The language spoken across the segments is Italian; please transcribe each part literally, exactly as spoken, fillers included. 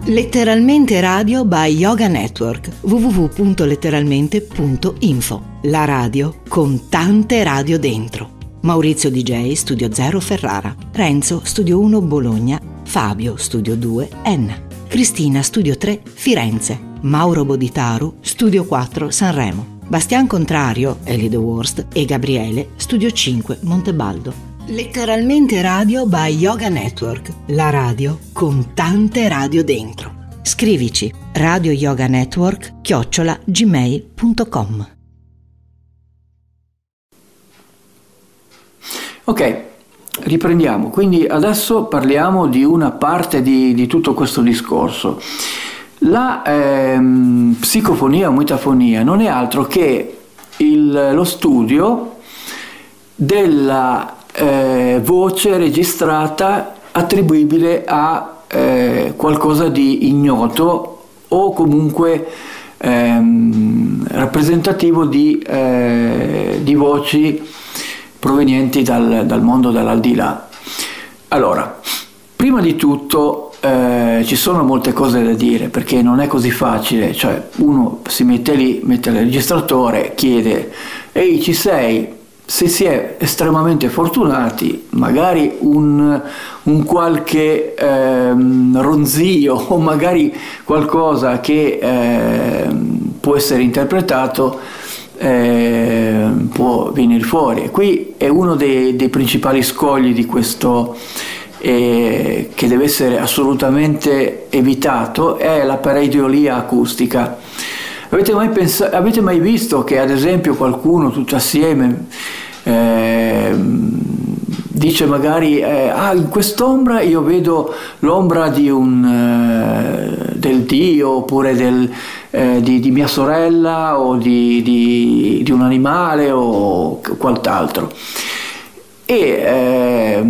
Letteralmente Radio by Yoga Network, w w w punto letteralmente punto info. La radio con tante radio dentro. Maurizio D J, Studio zero Ferrara. Renzo, Studio uno Bologna. Fabio, Studio due Enna. Cristina, Studio tre Firenze. Mauro Boditaru, Studio quattro Sanremo. Bastian Contrario, Ellie The Worst e Gabriele, Studio cinque Montebaldo. Letteralmente Radio by Yoga Network, la radio con tante radio dentro. Scrivici radio yoga network chiocciola gmail punto com. Ok, riprendiamo. Quindi adesso parliamo di una parte di, di tutto questo discorso. La ehm, psicofonia o metafonia non è altro che il, lo studio della eh, voce registrata attribuibile a eh, qualcosa di ignoto o comunque ehm, rappresentativo di, eh, di voci provenienti dal, dal mondo dell'aldilà. Allora, prima di tutto eh, ci sono molte cose da dire, perché non è così facile, cioè uno si mette lì, mette il registratore, chiede ehi ci sei? Se si è estremamente fortunati, magari un, un qualche ehm, ronzio o magari qualcosa che ehm, può essere interpretato eh, può venire fuori. Qui è uno dei, dei principali scogli di questo eh, che deve essere assolutamente evitato, è la pareidolia acustica. Avete mai, pensato, avete mai visto che ad esempio qualcuno tutto assieme eh, dice magari eh, ah, in quest'ombra io vedo l'ombra di un, eh, del Dio oppure del, eh, di, di mia sorella o di, di, di un animale o quant'altro, e eh,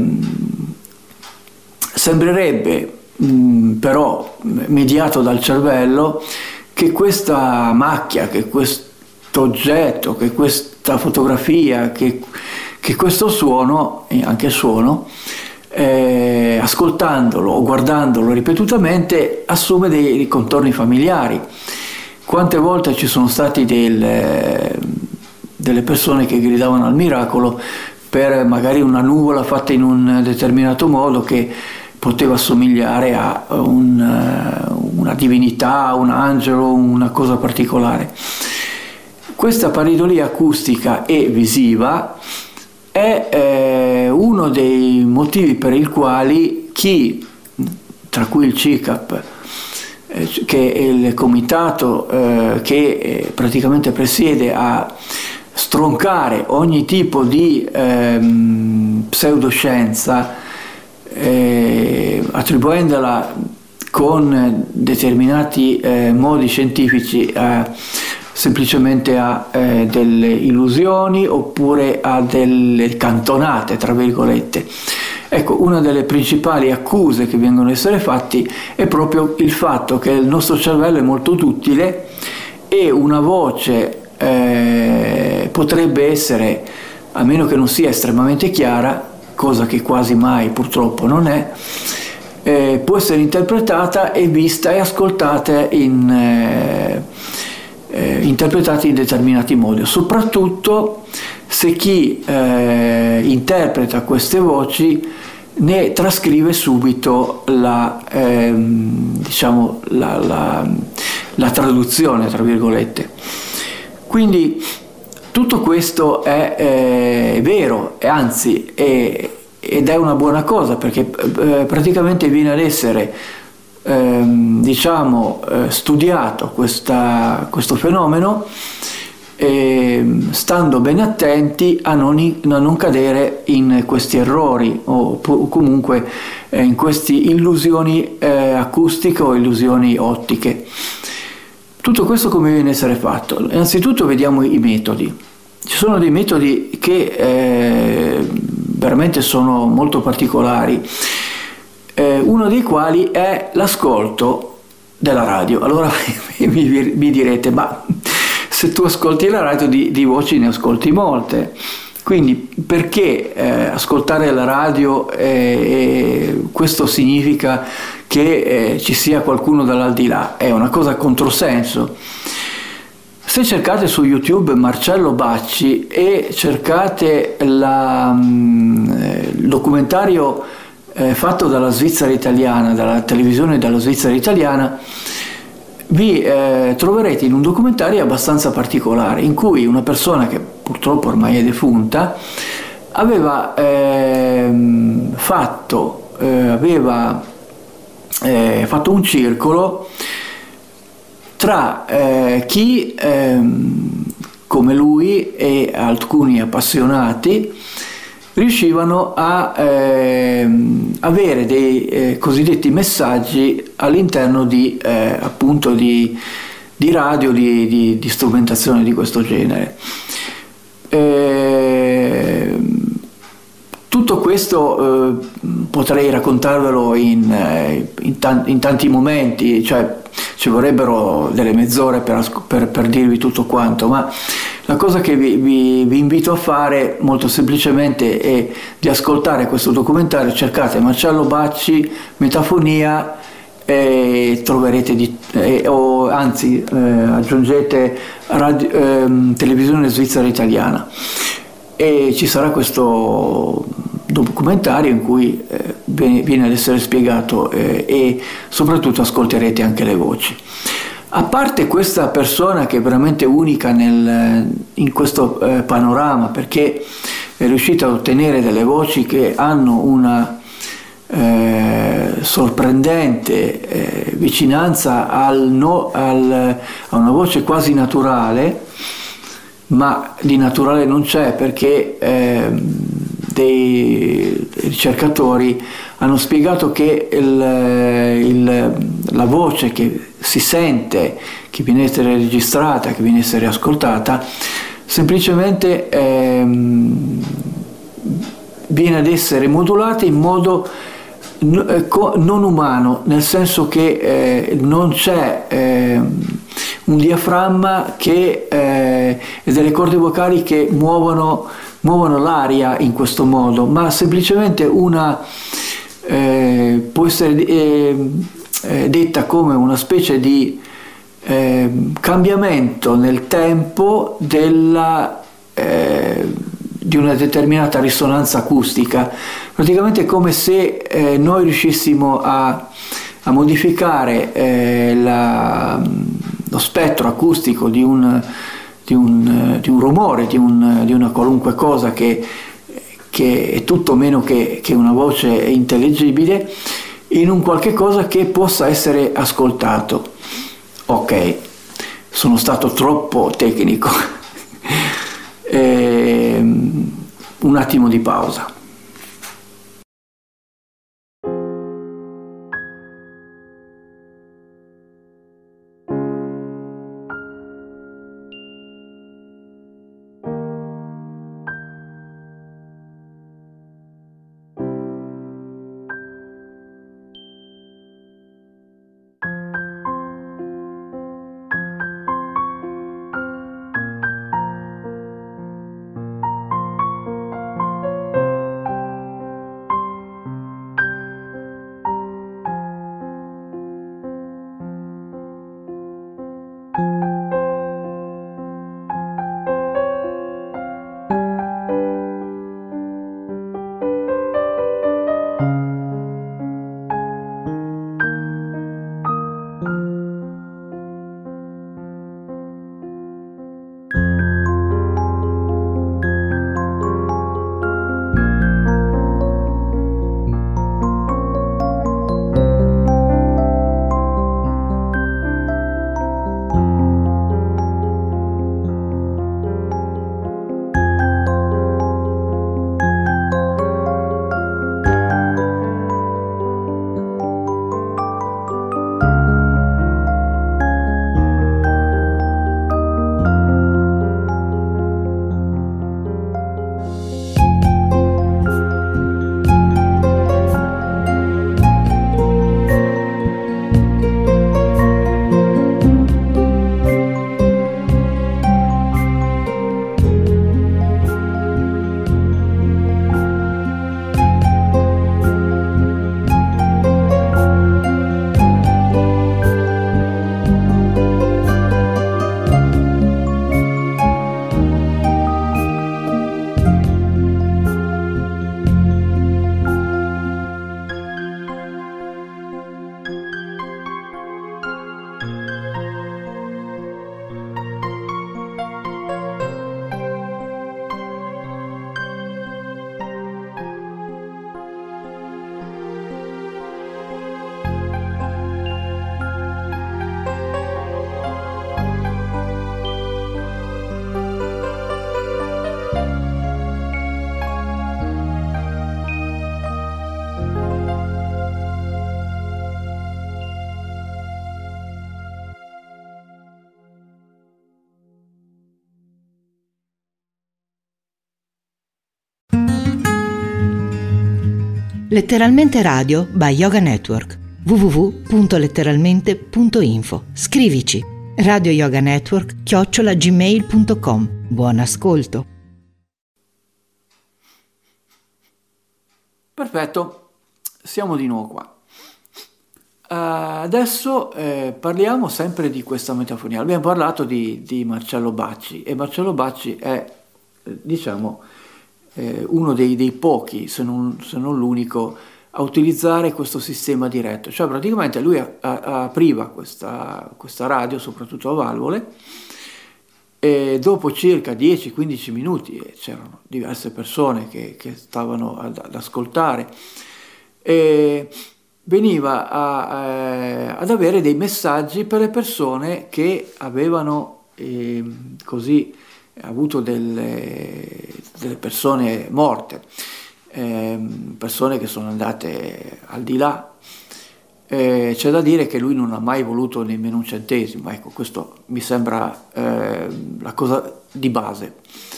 sembrerebbe mh, però mediato dal cervello che questa macchia, che questo oggetto, che questa fotografia, che, che questo suono, e anche suono, eh, ascoltandolo o guardandolo ripetutamente assume dei, dei contorni familiari. Quante volte ci sono stati del, delle persone che gridavano al miracolo per magari una nuvola fatta in un determinato modo che poteva assomigliare a un, una divinità, un angelo, una cosa particolare. Questa pareidolia acustica e visiva è eh, uno dei motivi per il quali chi, tra cui il C I C A P, eh, che è il comitato eh, che eh, praticamente presiede a stroncare ogni tipo di ehm, pseudoscienza, Eh, attribuendola con determinati eh, modi scientifici a, semplicemente a eh, delle illusioni oppure a delle cantonate, tra virgolette. Ecco, una delle principali accuse che vengono a essere fatti è proprio il fatto che il nostro cervello è molto duttile e una voce eh, potrebbe essere, a meno che non sia estremamente chiara, cosa che quasi mai purtroppo non è, eh, può essere interpretata e vista e ascoltata in, eh, eh, interpretata in determinati modi, soprattutto se chi eh, interpreta queste voci ne trascrive subito la, eh, diciamo, la, la, la traduzione, tra virgolette. Quindi tutto questo è, è vero, e anzi è, ed è una buona cosa, perché eh, praticamente viene ad essere eh, diciamo eh, studiato questa, questo fenomeno, eh, stando ben attenti a non, a non cadere in questi errori o, o comunque eh, in queste illusioni eh, acustiche o illusioni ottiche. Tutto questo come viene a essere fatto? Innanzitutto vediamo i metodi. Ci sono dei metodi che eh, veramente sono molto particolari, eh, uno dei quali è l'ascolto della radio. Allora mi, mi direte, ma se tu ascolti la radio di, di voci ne ascolti molte. Quindi perché eh, ascoltare la radio, eh, questo significa che eh, ci sia qualcuno dall'aldilà? È una cosa a controsenso. Se cercate su YouTube Marcello Bacci e cercate la, mh, il documentario eh, fatto dalla Svizzera italiana, dalla televisione della Svizzera italiana, vi eh, troverete in un documentario abbastanza particolare in cui una persona che purtroppo ormai è defunta aveva eh, fatto, eh, aveva, eh, fatto un circolo tra eh, chi eh, come lui e alcuni appassionati riuscivano a eh, avere dei eh, cosiddetti messaggi all'interno di eh, appunto di, di radio, di, di, di strumentazione di questo genere. Eh, tutto questo eh, potrei raccontarvelo in, eh, in, tan- in tanti momenti, cioè ci vorrebbero delle mezz'ore per, per, per dirvi tutto quanto, ma la cosa che vi, vi, vi invito a fare molto semplicemente è di ascoltare questo documentario. Cercate Marcello Bacci, Metafonia, e troverete di, eh, o anzi eh, aggiungete radio, eh, televisione svizzera italiana e ci sarà questo documentario in cui eh, viene ad essere spiegato eh, e soprattutto ascolterete anche le voci. A parte questa persona che è veramente unica nel, in questo eh, panorama, perché è riuscita ad ottenere delle voci che hanno una eh, sorprendente eh, vicinanza al no, al, a una voce quasi naturale, ma di naturale non c'è, perché eh, dei ricercatori hanno spiegato che il, il, la voce che si sente, che viene a essere registrata, che viene a essere ascoltata, semplicemente ehm, viene ad essere modulata in modo non umano, nel senso che eh, non c'è eh, un diaframma che, eh, e delle corde vocali che muovono, muovono l'aria in questo modo, ma semplicemente una eh, può essere eh, eh, detta come una specie di eh, cambiamento nel tempo della eh, di una determinata risonanza acustica. Praticamente è come se eh, noi riuscissimo a, a modificare eh, la, lo spettro acustico di un, di un, di un rumore, di, un, di una qualunque cosa che, che è tutto meno che, che una voce intelligibile, in un qualche cosa che possa essere ascoltato. Ok, sono stato troppo tecnico. E, un attimo di pausa. Letteralmente Radio by Yoga Network. w w w punto letteralmente punto info. Scrivici Radio Yoga Network chiocciola gmail punto com. Buon ascolto. Perfetto, siamo di nuovo qua. Uh, adesso eh, parliamo sempre di questa metafonia. Abbiamo parlato di, di Marcello Bacci, e Marcello Bacci è, eh, diciamo, eh, uno dei, dei pochi, se non, se non l'unico, a utilizzare questo sistema diretto. Cioè praticamente lui a, a, apriva questa, questa radio, soprattutto a valvole, e dopo circa dieci quindici minuti, e c'erano diverse persone che, che stavano ad, ad ascoltare, e veniva a, eh, ad avere dei messaggi per le persone che avevano eh, così avuto delle, delle persone morte, eh, persone che sono andate al di là. Eh, c'è da dire che lui non ha mai voluto nemmeno un centesimo, ecco, questo mi sembra eh, la cosa di base.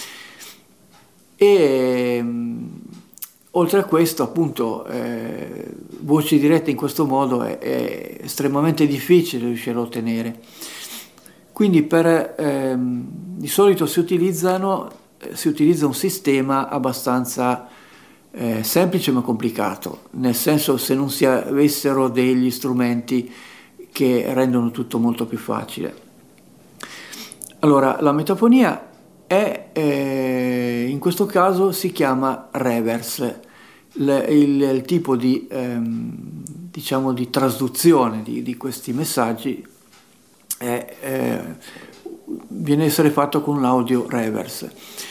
E oltre a questo, appunto, eh, voci dirette in questo modo è, è estremamente difficile riuscire a ottenere. Quindi per, ehm, di solito si utilizzano, eh, si utilizza un sistema abbastanza eh, semplice ma complicato, nel senso, se non si avessero degli strumenti che rendono tutto molto più facile. Allora, la metafonia è, eh, in questo caso si chiama reverse. Il, il, il tipo di, ehm, diciamo, di trasduzione di, di questi messaggi è, eh, viene a essere fatto con l'audio reverse.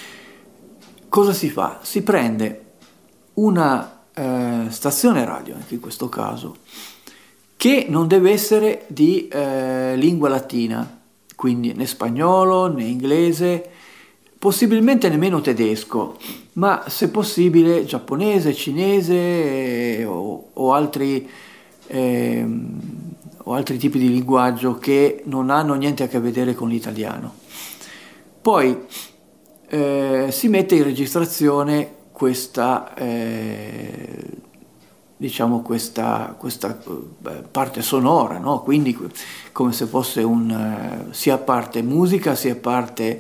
Cosa si fa? Si prende una eh, stazione radio, anche in questo caso, che non deve essere di eh, lingua latina, quindi né spagnolo né inglese, possibilmente nemmeno tedesco, ma se possibile giapponese, cinese eh, o, o, altri, eh, o altri tipi di linguaggio che non hanno niente a che vedere con l'italiano. Poi eh, si mette in registrazione questa, eh, diciamo questa, questa eh, parte sonora, no? Quindi come se fosse un, eh, sia parte musica sia parte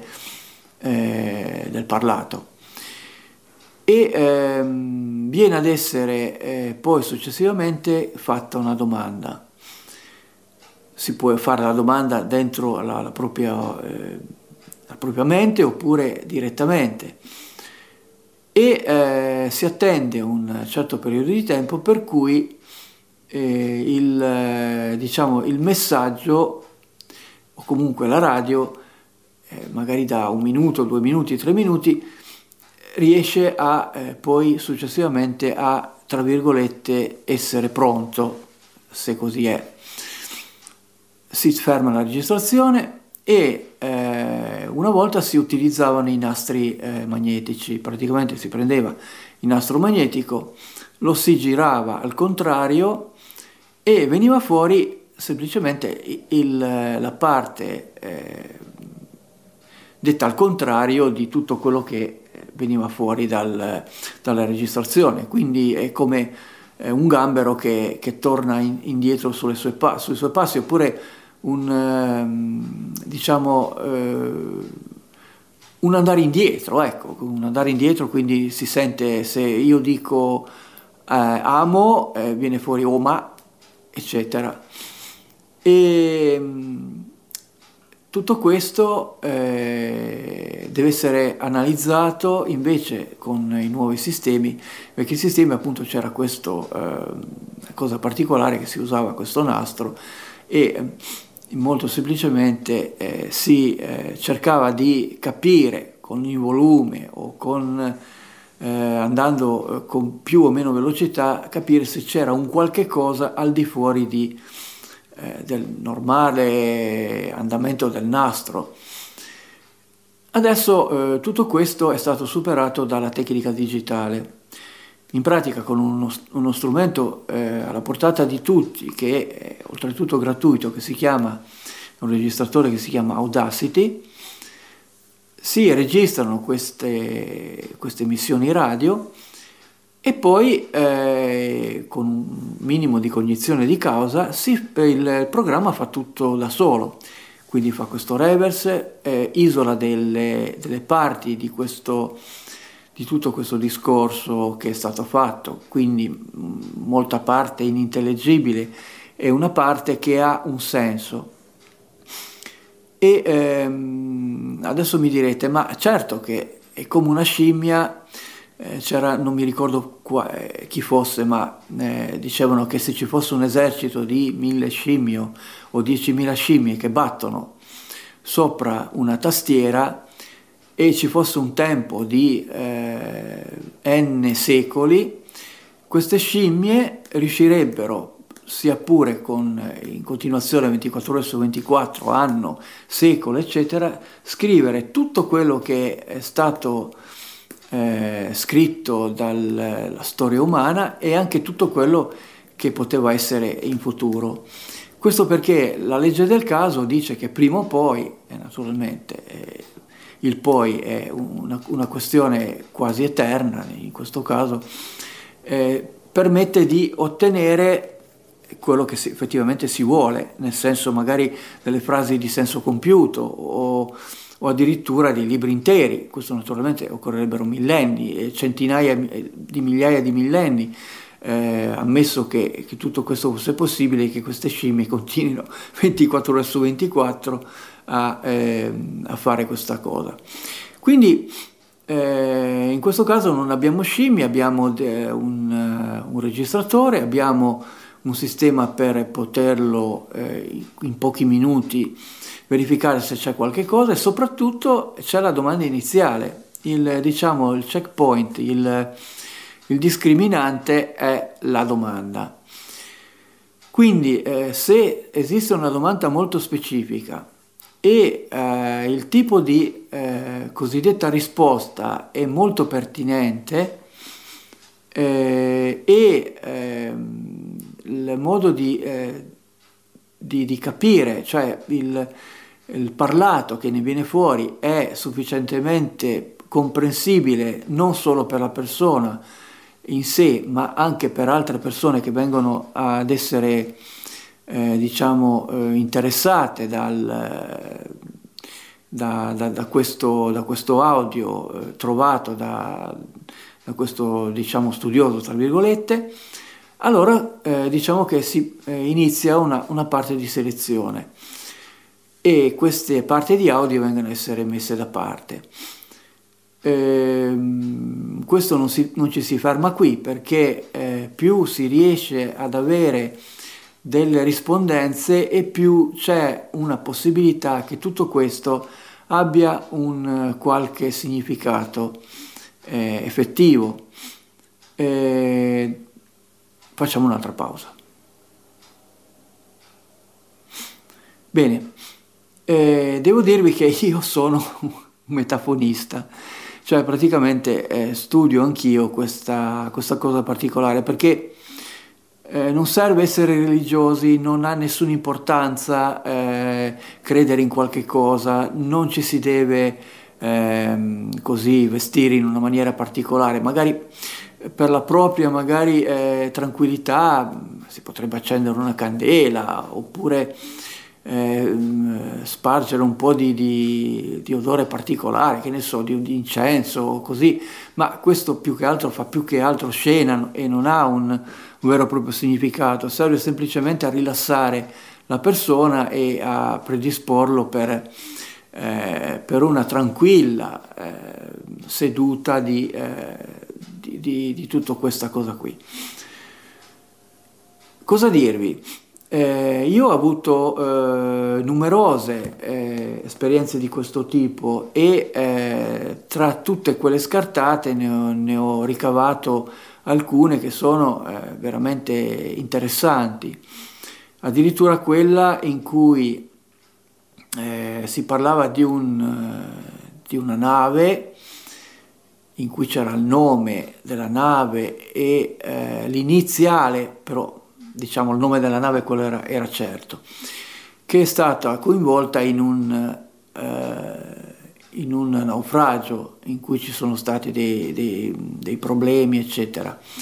Eh, del parlato, e ehm, viene ad essere eh, poi successivamente fatta una domanda. Si può fare la domanda dentro la, la, propria, eh, la propria mente oppure direttamente, e eh, si attende un certo periodo di tempo per cui eh, il, eh, diciamo, il messaggio o comunque la radio, Eh, magari da un minuto, due minuti, tre minuti, riesce a eh, poi successivamente a, tra virgolette, essere pronto, se così è. Si ferma la registrazione e eh, una volta si utilizzavano i nastri eh, magnetici, praticamente si prendeva il nastro magnetico, lo si girava al contrario e veniva fuori semplicemente il, la parte eh, detta al contrario di tutto quello che veniva fuori dal, dalla registrazione. Quindi è come eh, un gambero che, che torna in, indietro sulle sue pa- sui suoi passi, oppure un, eh, diciamo, eh, un andare indietro, ecco, un andare indietro, quindi si sente, se io dico eh, amo, eh, viene fuori oma, eccetera. E tutto questo eh, deve essere analizzato invece con i nuovi sistemi, perché i sistemi, appunto, c'era questa eh, cosa particolare che si usava questo nastro e molto semplicemente eh, si eh, cercava di capire con il volume o con, eh, andando con più o meno velocità, capire se c'era un qualche cosa al di fuori di del normale andamento del nastro. Adesso eh, tutto questo è stato superato dalla tecnica digitale. In pratica, con uno, uno strumento eh, alla portata di tutti, che è oltretutto gratuito, che si chiama, un registratore che si chiama Audacity, si registrano queste, queste emissioni radio e poi eh, eh, con un minimo di cognizione di causa, si, il programma fa tutto da solo. Quindi fa questo reverse, eh, isola delle, delle parti di, questo, di tutto questo discorso che è stato fatto, quindi mh, molta parte inintellegibile e una parte che ha un senso. E ehm, adesso mi direte, ma certo che è come una scimmia, eh, c'era, non mi ricordo qua, eh, chi fosse, ma eh, dicevano che se ci fosse un esercito di mille scimmie o diecimila scimmie che battono sopra una tastiera e ci fosse un tempo di eh, n secoli, queste scimmie riuscirebbero, sia pure con, in continuazione ventiquattro ore su ventiquattro, anno, secolo, eccetera, scrivere tutto quello che è stato eh, scritto dalla storia umana e anche tutto quello che poteva essere in futuro. Questo perché la legge del caso dice che prima o poi, e naturalmente eh, il poi è una, una questione quasi eterna, in questo caso, eh, permette di ottenere quello che si, effettivamente si vuole, nel senso magari delle frasi di senso compiuto o, o addirittura di libri interi. Questo naturalmente occorrerebbero millenni e centinaia di migliaia di millenni, eh, ammesso che, che tutto questo fosse possibile e che queste scimmie continuino ventiquattro ore su ventiquattro a, eh, a fare questa cosa. Quindi eh, in questo caso non abbiamo scimmie, abbiamo de, un, uh, un registratore, abbiamo un sistema per poterlo eh, in pochi minuti verificare se c'è qualche cosa e soprattutto c'è la domanda iniziale, il, diciamo, il checkpoint, il, il discriminante è la domanda. Quindi eh, se esiste una domanda molto specifica e eh, il tipo di eh, cosiddetta risposta è molto pertinente eh, e ehm, il modo di, eh, di, di capire, cioè il, il parlato che ne viene fuori è sufficientemente comprensibile non solo per la persona in sé, ma anche per altre persone che vengono ad essere eh, diciamo eh, interessate dal, da, da, da, questo, da questo audio eh, trovato da, da questo diciamo studioso tra virgolette. Allora eh, diciamo che si eh, inizia una, una parte di selezione e queste parti di audio vengono a essere messe da parte. Eh, questo non, si, non ci si ferma qui perché eh, più si riesce ad avere delle rispondenze e più c'è una possibilità che tutto questo abbia un uh, qualche significato eh, effettivo. Eh, Facciamo un'altra pausa. Bene, eh, devo dirvi che io sono un metafonista, cioè praticamente eh, studio anch'io questa, questa cosa particolare perché eh, non serve essere religiosi, non ha nessuna importanza eh, credere in qualche cosa, non ci si deve eh, così vestire in una maniera particolare, magari per la propria magari eh, tranquillità si potrebbe accendere una candela oppure eh, spargere un po' di, di, di odore particolare, che ne so, di, di incenso o così, ma questo più che altro fa più che altro scena e non ha un, un vero e proprio significato, serve semplicemente a rilassare la persona e a predisporlo per, eh, per una tranquilla eh, seduta di eh, Di, di, di tutta questa cosa qui. Cosa dirvi? Eh, io ho avuto eh, numerose eh, esperienze di questo tipo e eh, tra tutte quelle scartate ne ho, ne ho ricavato alcune che sono eh, veramente interessanti. Addirittura quella in cui eh, si parlava di, un, di una nave in cui c'era il nome della nave e eh, l'iniziale, però diciamo il nome della nave quello era, era certo, che è stata coinvolta in un, eh, in un naufragio in cui ci sono stati dei, dei, dei problemi, eccetera.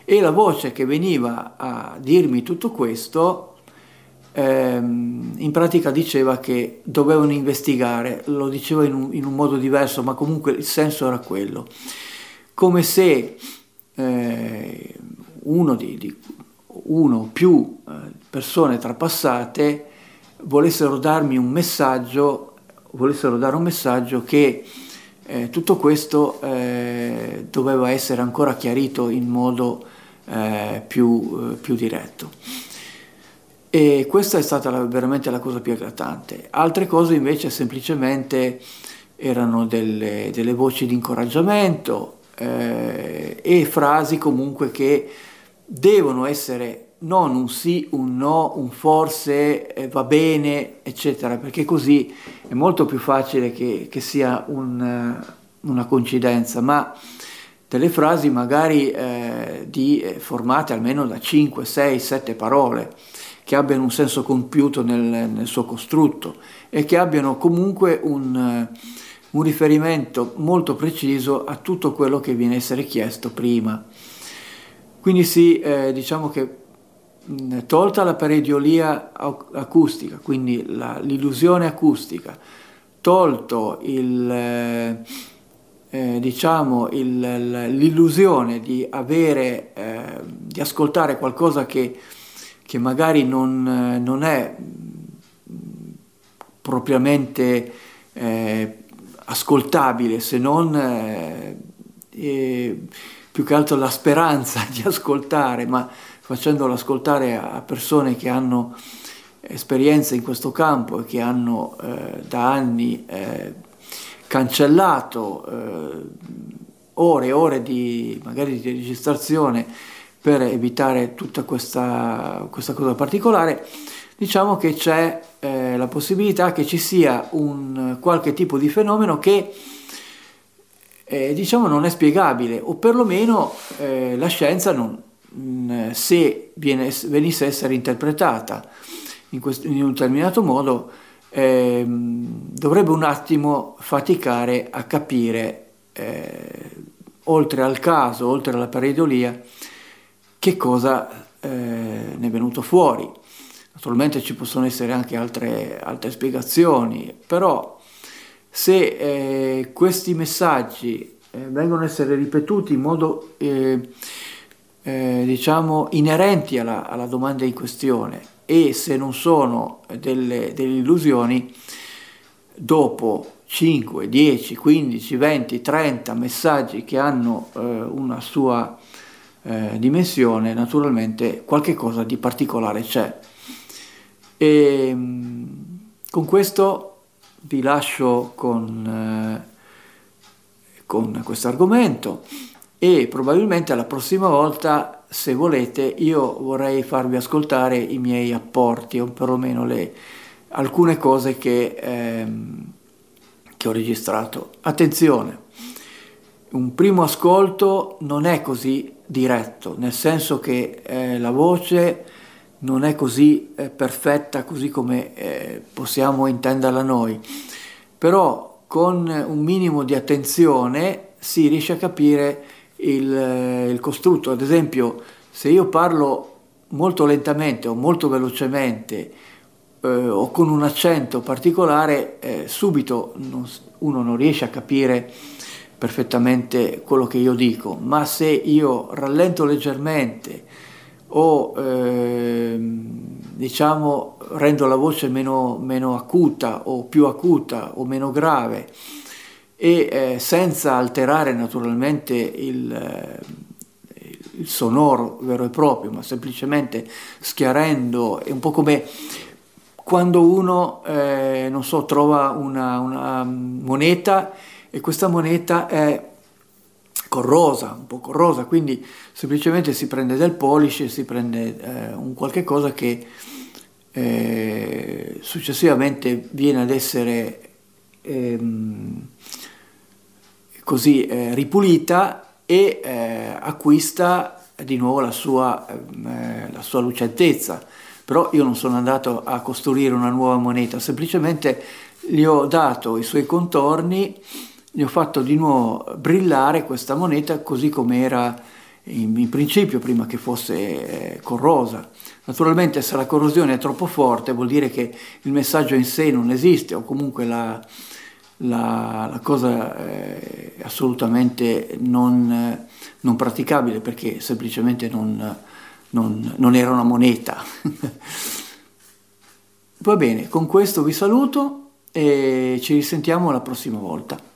E la voce che veniva a dirmi tutto questo ehm, in pratica diceva che dovevano investigare, lo diceva in un, in un modo diverso, ma comunque il senso era quello, come se eh, uno di, di uno o più eh, persone trapassate volessero darmi un messaggio, volessero dare un messaggio che eh, tutto questo eh, doveva essere ancora chiarito in modo eh, più, eh, più diretto. E questa è stata la, veramente la cosa più eclatante. Altre cose invece semplicemente erano delle, delle voci di incoraggiamento eh, e frasi comunque che devono essere non un sì, un no, un forse, eh, va bene, eccetera, perché così è molto più facile che, che sia un, una coincidenza, ma delle frasi magari eh, di, eh, formate almeno da cinque, sei, sette parole, che abbiano un senso compiuto nel, nel suo costrutto e che abbiano comunque un, un riferimento molto preciso a tutto quello che viene a essere chiesto prima. Quindi sì, eh, diciamo che mh, tolta la pareidolia acustica, quindi la, l'illusione acustica, tolto il, eh, eh, diciamo il, l'illusione di avere, eh, di ascoltare qualcosa che che magari non, non è propriamente eh, ascoltabile, se non eh, eh, più che altro la speranza di ascoltare, ma facendolo ascoltare a persone che hanno esperienza in questo campo e che hanno eh, da anni eh, cancellato eh, ore e ore di magari di registrazione per evitare tutta questa, questa cosa particolare, diciamo che c'è eh, la possibilità che ci sia un qualche tipo di fenomeno che eh, diciamo non è spiegabile, o perlomeno eh, la scienza non, mh, se viene, venisse a essere interpretata in, questo, in un determinato modo eh, dovrebbe un attimo faticare a capire eh, oltre al caso, oltre alla pareidolia, che cosa eh, ne è venuto fuori. Naturalmente ci possono essere anche altre, altre spiegazioni, però se eh, questi messaggi eh, vengono a essere ripetuti in modo eh, eh, diciamo inerenti alla, alla domanda in questione e se non sono delle, delle illusioni, dopo cinque, dieci, quindici, venti, trenta messaggi che hanno eh, una sua Eh, dimensione, naturalmente qualche cosa di particolare c'è. E mh, con questo vi lascio con, eh, con questo argomento e probabilmente la prossima volta, se volete, io vorrei farvi ascoltare i miei apporti o perlomeno le, alcune cose che, ehm, che ho registrato. Attenzione! Un primo ascolto non è così diretto, nel senso che eh, la voce non è così eh, perfetta, così come eh, possiamo intenderla noi, però con un minimo di attenzione si riesce a capire il, eh, il costrutto. Ad esempio, se io parlo molto lentamente o molto velocemente eh, o con un accento particolare, eh, subito non, uno non riesce a capire perfettamente quello che io dico, ma se io rallento leggermente o eh, diciamo rendo la voce meno, meno acuta o più acuta o meno grave e eh, senza alterare naturalmente il, eh, il sonoro vero e proprio, ma semplicemente schiarendo, è un po' come quando uno eh, non so, trova una, una moneta e questa moneta è corrosa, un po' corrosa, quindi semplicemente si prende del polish, si prende eh, un qualche cosa che eh, successivamente viene ad essere ehm, così eh, ripulita e eh, acquista di nuovo la sua, eh, la sua lucentezza. Però io non sono andato a costruire una nuova moneta, semplicemente gli ho dato i suoi contorni, gli ho fatto di nuovo brillare questa moneta così come era, in, in principio prima che fosse eh, corrosa. Naturalmente se la corrosione è troppo forte vuol dire che il messaggio in sé non esiste, o comunque la, la, la cosa è assolutamente non, non praticabile, perché semplicemente non, non, non era una moneta. Va bene, con questo vi saluto e ci risentiamo la prossima volta.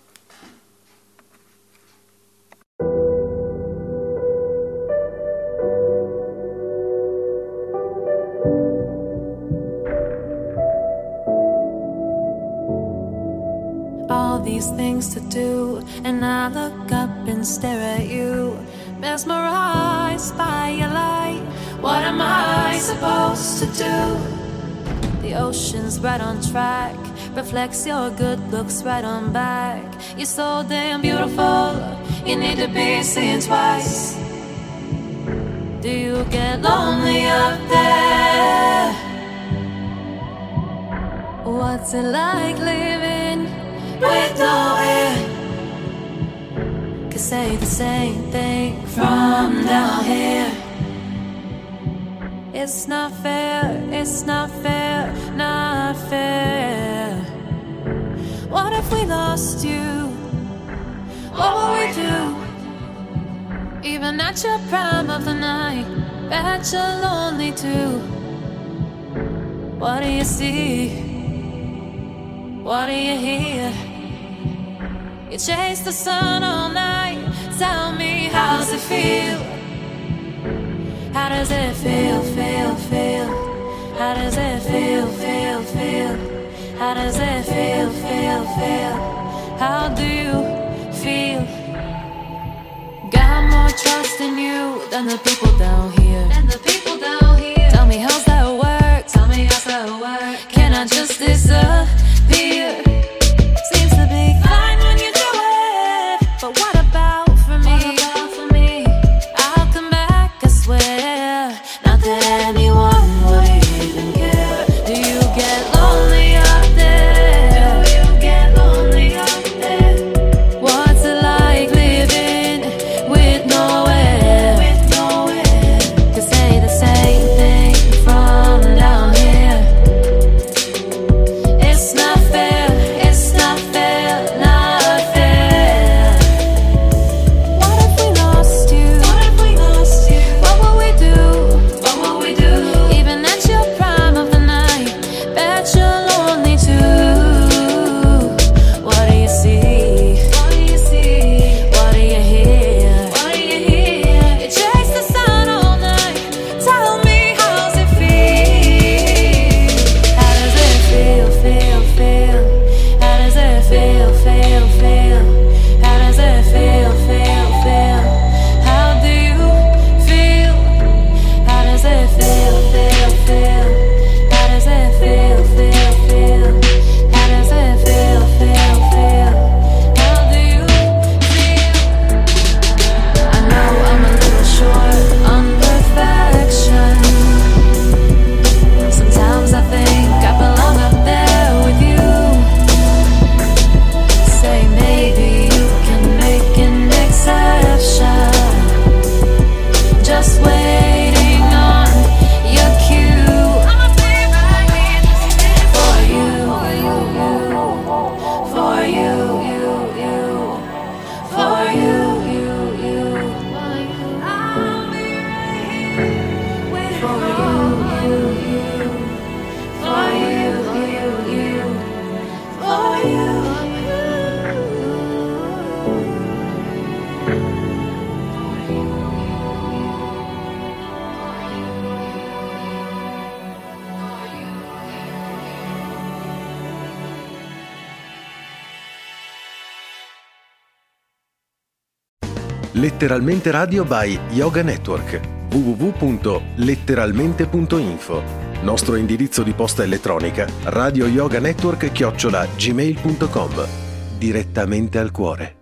All these things to do, and I look up and stare at you, mesmerized by your light. What am I supposed to do? The ocean's right on track, reflects your good looks right on back. You're so damn beautiful, you need to be seen twice. Do you get lonely up there? What's it like living with no air? Could say the same thing from down here. It's not fair, it's not fair, not fair. What if we lost you? What would we do? Even at your prime of the night, bet you're lonely too. What do you see? What do you hear? You chase the sun all night. Tell me, how's it feel? How does it feel, feel, feel? How does it feel, feel, feel? How does it feel, feel, feel? How do you feel? Got more trust in you than the people down here. Than the people down here. Tell me, how's that work? Tell me, how's that work? Can I just disappear? Seems to be fine when you do it, but what about for me? What about for me? I'll come back, I swear. Not that anyone would even care. Do you get lonely up there? Do you get lonely up there? What's it like living with nowhere? With nowhere. Could say the same thing from down here. It's not fair, it's not fair, not fair. What if we lost you? What if we lost you? What would we do? What would we do? Even at your prime of the night, bet you're lonely too. What do you see? What do you see? What do you hear? What do you hear? You chase the sun all night. Tell me, how's it feel? How does it feel, feel, feel? How does it feel, feel, feel? How does it feel, feel, feel? How do you feel? How does it feel, feel, feel? How does it feel, feel, feel? How does it feel, feel, feel? How do you feel? I know I'm a little short on perfection. Sometimes I think I belong up there with you. Say maybe you can make an exception. Just waiting on your cue. I'ma be right here for you, for you, you, you, for you, you, you. I'll be right here waiting for you, you, you, for you, you, you, for you, you. Letteralmente Radio by Yoga Network. w w w punto letteralmente punto info. Nostro indirizzo di posta elettronica radioyoganetwork chiocciola gmail punto com. Direttamente al cuore.